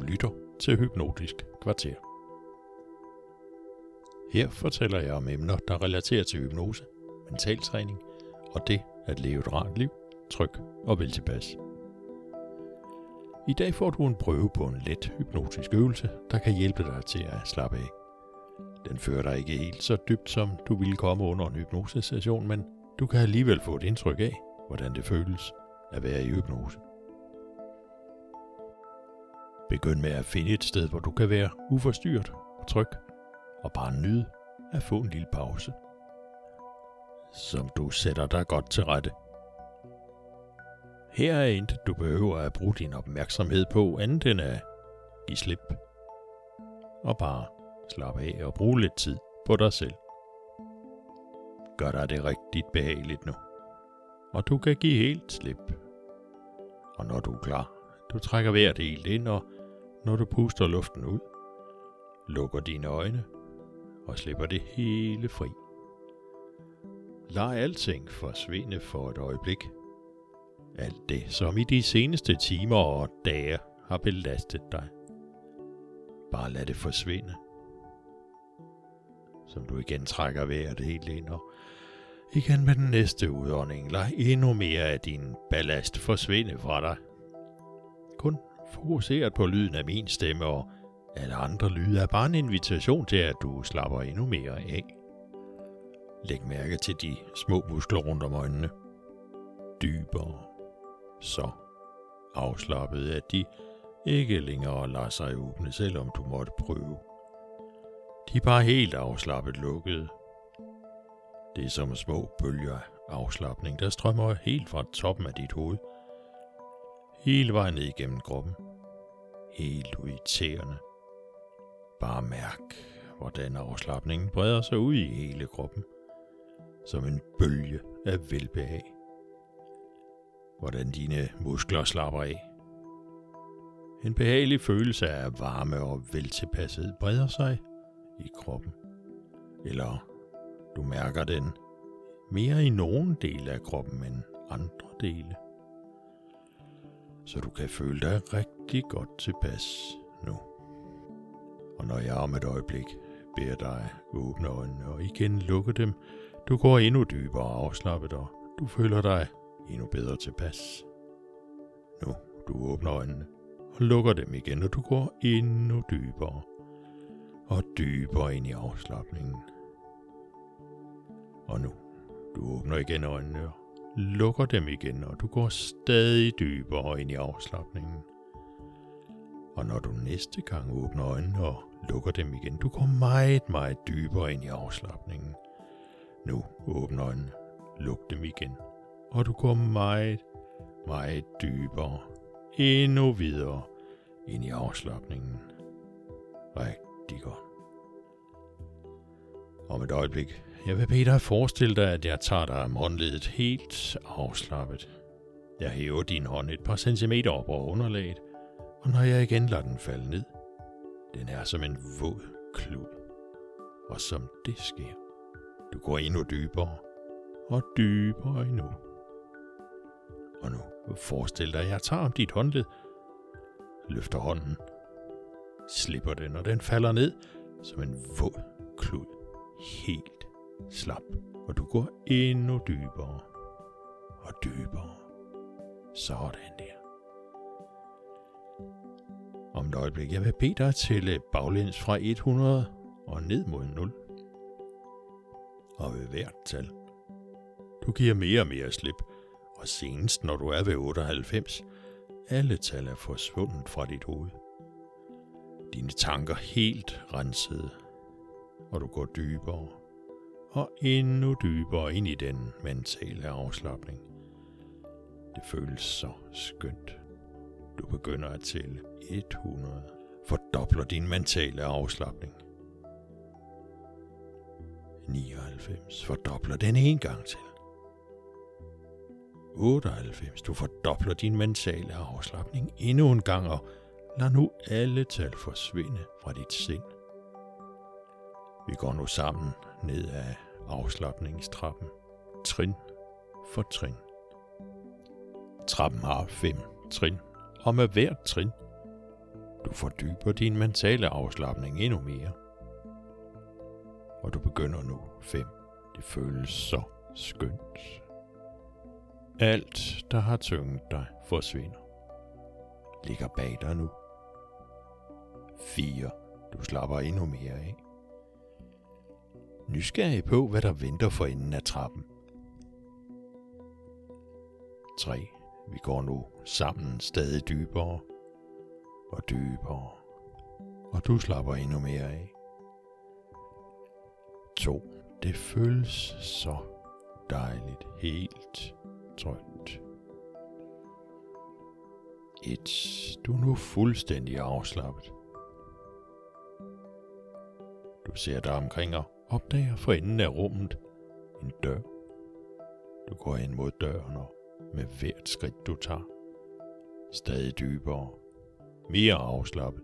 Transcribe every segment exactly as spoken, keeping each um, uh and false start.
lytter til Hypnotisk Kvarter. Her fortæller jeg om emner, der relaterer til hypnose, mentaltræning og det at leve et rart liv, tryg og vel tilpas. I dag får du en prøve på en let hypnotisk øvelse, der kan hjælpe dig til at slappe af. Den fører dig ikke helt så dybt, som du ville komme under en hypnosesession, men du kan alligevel få et indtryk af, hvordan det føles at være i hypnose. Begynd med at finde et sted, hvor du kan være uforstyrret og tryg, og bare nyde at få en lille pause, som du sætter dig godt til rette. Her er intet, du behøver at bruge din opmærksomhed på, andet end at give slip. Og bare slappe af og bruge lidt tid på dig selv. Gør dig det rigtigt behageligt nu. Og du kan give helt slip. Og når du er klar, du trækker vejret helt ind, og når du puster luften ud, lukker dine øjne og slipper det hele fri. Lad alting forsvinde for et øjeblik. Alt det, som i de seneste timer og dage har belastet dig. Bare lad det forsvinde. Som du igen trækker vejret helt ind, og igen med den næste udånding, lad endnu mere af din ballast forsvinde fra dig. Kun fokuseret på lyden af min stemme, og alle andre lyde er bare en invitation til, at du slapper endnu mere af. Læg mærke til de små muskler rundt om øjnene. Dybere. Så afslappet, at de ikke længere lader sig åbne, selvom du måtte prøve. De er bare helt afslappet lukkede. Det er som små bølger af afslapning, der strømmer helt fra toppen af dit hoved. Hele vejen ned igennem kroppen. Helt ud i tæerne. Bare mærk, hvordan afslapningen breder sig ud i hele kroppen. Som en bølge af velbehag. Hvordan dine muskler slapper af. En behagelig følelse af varme og veltilpasset breder sig i kroppen. Eller du mærker den mere i nogle dele af kroppen end andre dele. Så du kan føle dig rigtig godt tilpas nu. Og når jeg om et øjeblik beder dig åbne øjnene og igen lukke dem, du går endnu dybere afslappet, og du føler dig endnu bedre tilpas. Nu du åbner øjnene og lukker dem igen, og du går endnu dybere og dybere ind i afslapningen. Og nu du åbner igen øjnene og lukker dem igen, og du går stadig dybere ind i afslapningen. Og når du næste gang åbner øjnene og lukker dem igen, du går meget, meget dybere ind i afslapningen. Nu åbner øjnene, luk dem igen, og du går meget, meget dybere, endnu videre ind i afslapningen. Rigtig godt. Om et øjeblik, jeg vil bede dig at forestille dig, at jeg tager dig om håndledet helt afslappet. Jeg hæver din hånd et par centimeter op over underlaget, og når jeg igen lader den falde ned, den er som en våd klud. Og som det sker, du går endnu dybere og dybere endnu. Og nu forestil dig, at jeg tager om dit håndled, løfter hånden, slipper den, og den falder ned som en våd klud. Helt slap, og du går endnu dybere og dybere. Sådan der. Om et øjeblik, jeg vil bede dig tælle baglæns fra hundrede og ned mod nul. Og ved hvert tal. Du giver mere og mere slip, og senest når du er ved otteoghalvfems, alle tal er forsvundet fra dit hoved. Dine tanker helt rensede, og du går dybere og endnu dybere ind i den mentale afslapning. Det føles så skønt. Du begynder at tælle hundrede, fordobler din mentale afslapning. nioghalvfems, fordobler den en gang til. otteoghalvfems, du fordobler din mentale afslapning endnu en gang, og lad nu alle tal forsvinde fra dit sind. Vi går nu sammen ned ad afslapningstrappen, trin for trin. Trappen har fem trin, og med hvert trin Du fordyber din mentale afslapning endnu mere. Og du begynder nu fem. Det føles så skønt. Alt, der har tynget dig, forsvinder. Ligger bag dig nu. fire. Du slapper endnu mere af. Nysgerrig på, hvad der venter for enden af trappen. tre. Vi går nu sammen stadig dybere og dybere, og du slapper endnu mere af. to. Det føles så dejligt, helt trygt. et. Du er nu fuldstændig afslappet. Du ser dig omkring og opdager for enden af rummet en dør. Du går ind mod døren, og med hvert skridt du tager, stadig dybere, mere afslappet.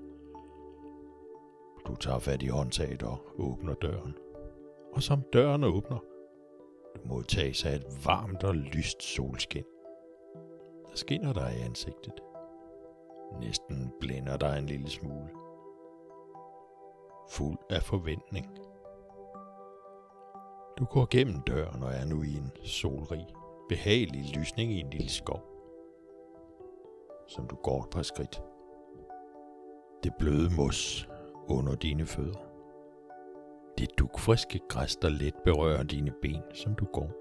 Du tager fat i håndtaget og åbner døren. Og som døren åbner, du modtages af et varmt og lyst solskin, der skinner dig i ansigtet. Næsten blænder dig en lille smule. Fuld af forventning. Du går gennem døren og er nu i en solrig, behagelig lysning i en lille skov. Som du går et par skridt. Det bløde mos under dine fødder. Det dugfriske græs, der let berører dine ben, som du går.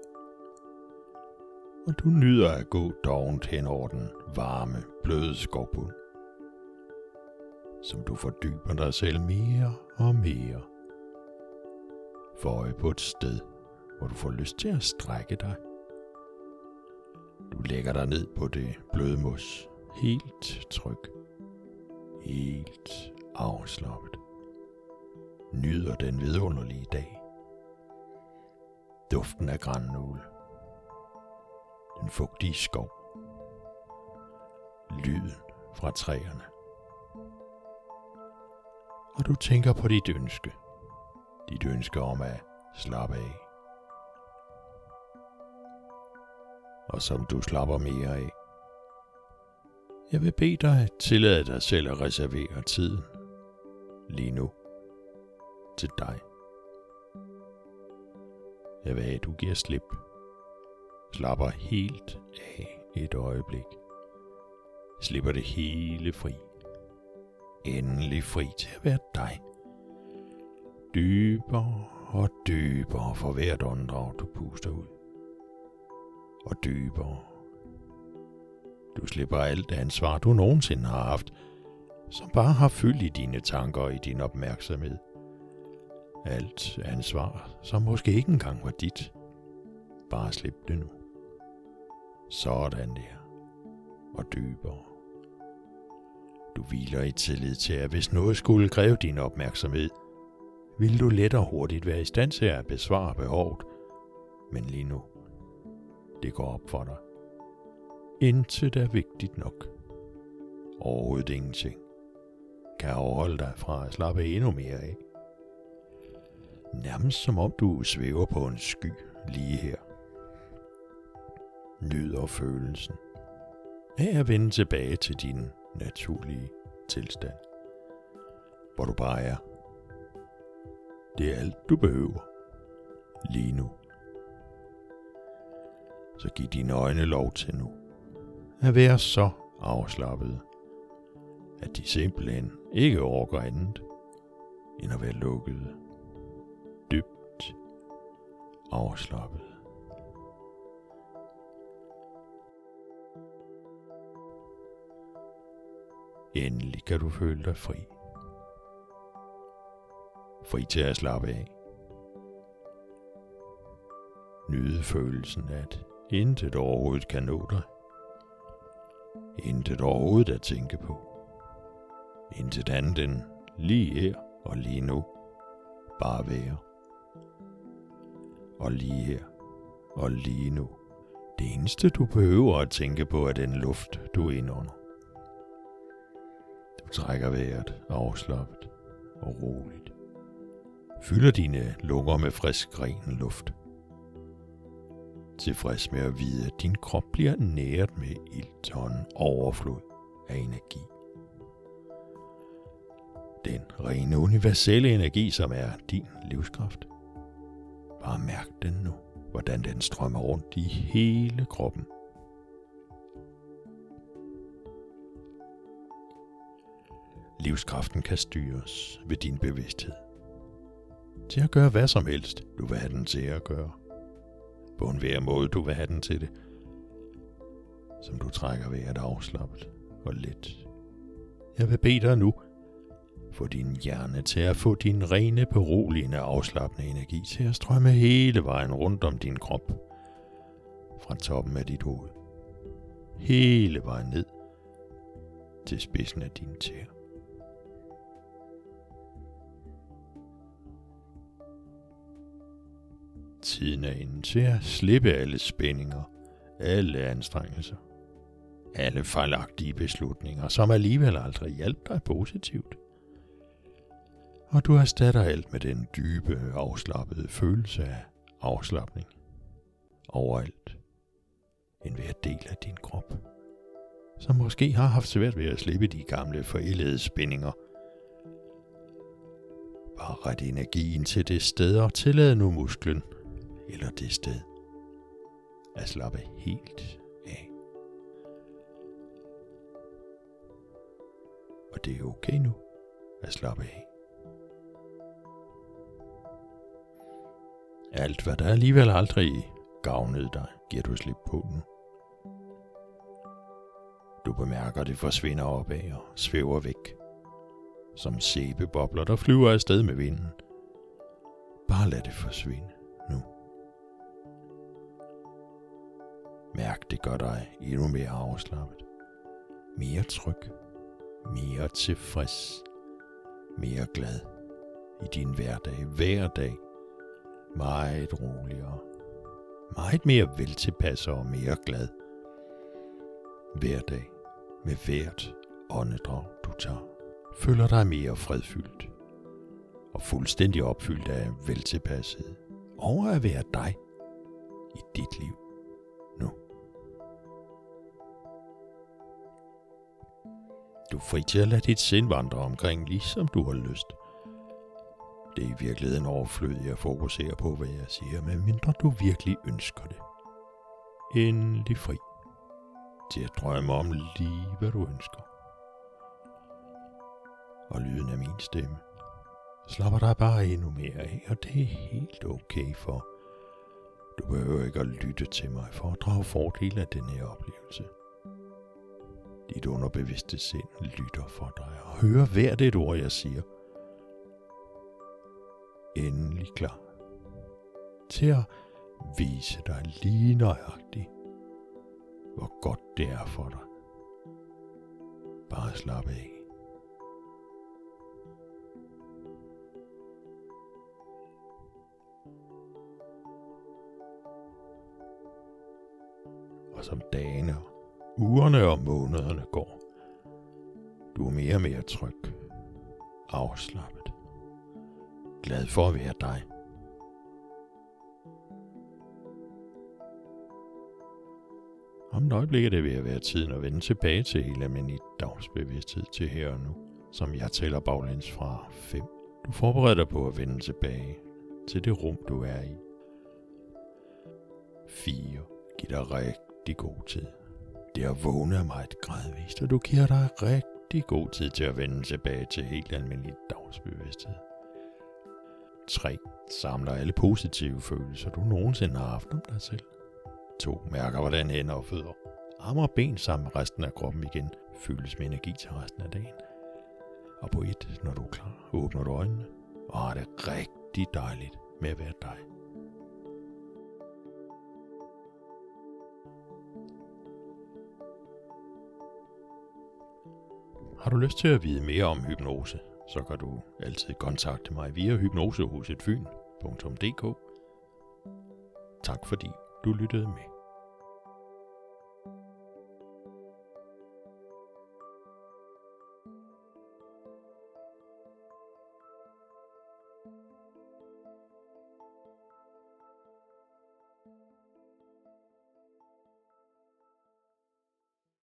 Og du nyder at gå dovent hen over den varme, bløde skovbund. Som du fordyber dig selv mere og mere. For øje på et sted, hvor du får lyst til at strække dig. Du lægger dig ned på det bløde mos, helt tryg, helt afslappet. Nyder den vidunderlige dag. Duften af grannåle. Den fugtige skov. Lyden fra træerne. Og du tænker på dit ønske. Dit ønske om at slappe af. Og som du slapper mere af. Jeg vil bede dig tillade dig selv at reservere tiden. Lige nu. Til dig. Jeg vil have, at du giver slip. Slapper helt af et øjeblik. Slipper det hele fri. Endelig fri til at være dig. Dybere og dybere for hvert åndedrag, du puster ud. Og dybere. Du slipper alt ansvar, du nogensinde har haft, som bare har fyldt i dine tanker og i din opmærksomhed. Alt ansvar, som måske ikke engang var dit. Bare slip det nu. Sådan der. Og dybere. Du hviler i tillid til, at hvis noget skulle kræve din opmærksomhed, ville du let og hurtigt være i stand til at besvare behovet. Men lige nu, det går op for dig. Intet er vigtigt nok. Overhovedet ingenting kan afholde dig fra at slappe endnu mere af. Nærmest som om du svæver på en sky lige her. Nyder følelsen af at vende tilbage til din naturlige tilstand, hvor du bare er. Det er alt du behøver lige nu. Så giv dine øjne lov til nu at være så afslappede, at de simpelthen ikke overgår andet end at være lukkede. Dybt afslappet. Endelig kan du føle dig fri. Fri til at slappe af. Nyde følelsen, at intet overhovedet kan nå dig. Intet overhovedet at tænke på. Intet andet end lige her og lige nu. Bare være. Og lige her og lige nu. Det eneste du behøver at tænke på er den luft, du er inde under. Du trækker vejret afslappet og roligt. Fylder dine lunger med frisk, ren luft. Tilfreds med at vide, at din krop bliver næret med ilt og en overflod af energi. Den rene universelle energi, som er din livskraft. Bare mærk den nu, hvordan den strømmer rundt i hele kroppen. Livskraften kan styres ved din bevidsthed. Til at gøre hvad som helst, du vil have den til at gøre. På enhver måde, du vil have den til det. Som du trækker vejret afslappet og let. Jeg vil bede dig nu, få din hjerne til at få din rene, beroligende, afslappende energi til at strømme hele vejen rundt om din krop. Fra toppen af dit hoved. Hele vejen ned til spidsen af dine tæer. Tiden er inde til at slippe alle spændinger, alle anstrengelser, alle fejlagtige beslutninger, som alligevel aldrig hjalp dig positivt. Og du erstatter alt med den dybe, afslappede følelse af afslapning. Overalt. En hver del af din krop. Som måske har haft svært ved at slippe de gamle, forældede spændinger. Bare ret energien til det sted og tillad nu musklen, eller det sted, at slappe helt af. Og det er okay nu at slappe af. Alt, hvad der alligevel aldrig gavnede dig, giver du slip på nu. Du bemærker, det forsvinder opad og svæver væk. Som sæbebobler, der flyver afsted med vinden. Bare lad det forsvinde nu. Mærk, det gør dig endnu mere afslappet. Mere tryg. Mere tilfreds. Mere glad. I din hverdag, hver dag. Meget roligere. Meget mere veltilpasset og mere glad. Hver dag, med hvert åndedrag du tager, føler dig mere fredfyldt. Og fuldstændig opfyldt af veltilpasset. Over at være dig i dit liv nu. Du er fri til at lade dit sind vandre omkring, ligesom du har lyst. Det er i virkeligheden overflødigt at fokusere på, hvad jeg siger, medmindre du virkelig ønsker det. Endelig fri til at drømme om lige, hvad du ønsker. Og lyden af min stemme slapper dig bare endnu mere af, og det er helt okay, for du behøver ikke at lytte til mig for at drage fordel af den her oplevelse. Dit underbevidste sind lytter for dig og hører hvert et ord, jeg siger. Endelig klar til at vise dig lige nøjagtigt, hvor godt det er for dig. Bare slap af. Og som dagene, ugerne og månederne går, du er mere og mere tryg, afslappet, glad for at være dig. Om et øjeblik er det ved at være tiden at vende tilbage til hele almindelig dagsbevidsthed til her og nu, som jeg tæller baglæns fra fem. Du forbereder dig på at vende tilbage til det rum, du er i. fire. Giv dig rigtig god tid. Det er vågne af meget gradvist, og du giver dig rigtig god tid til at vende tilbage til helt almindelig dagsbevidsthed. tre. Samler alle positive følelser, du nogensinde har haft om dig selv. to. Mærker, hvordan hænder og fødder, arme og ben sammen med resten af kroppen igen fyldes med energi til resten af dagen. Og på et, når du er klar, åbner du øjnene og har det rigtig dejligt med at være dig. Har du lyst til at vide mere om hypnose, så kan du altid kontakte mig via hypnosehusetfyn punktum d k. Tak fordi du lyttede med.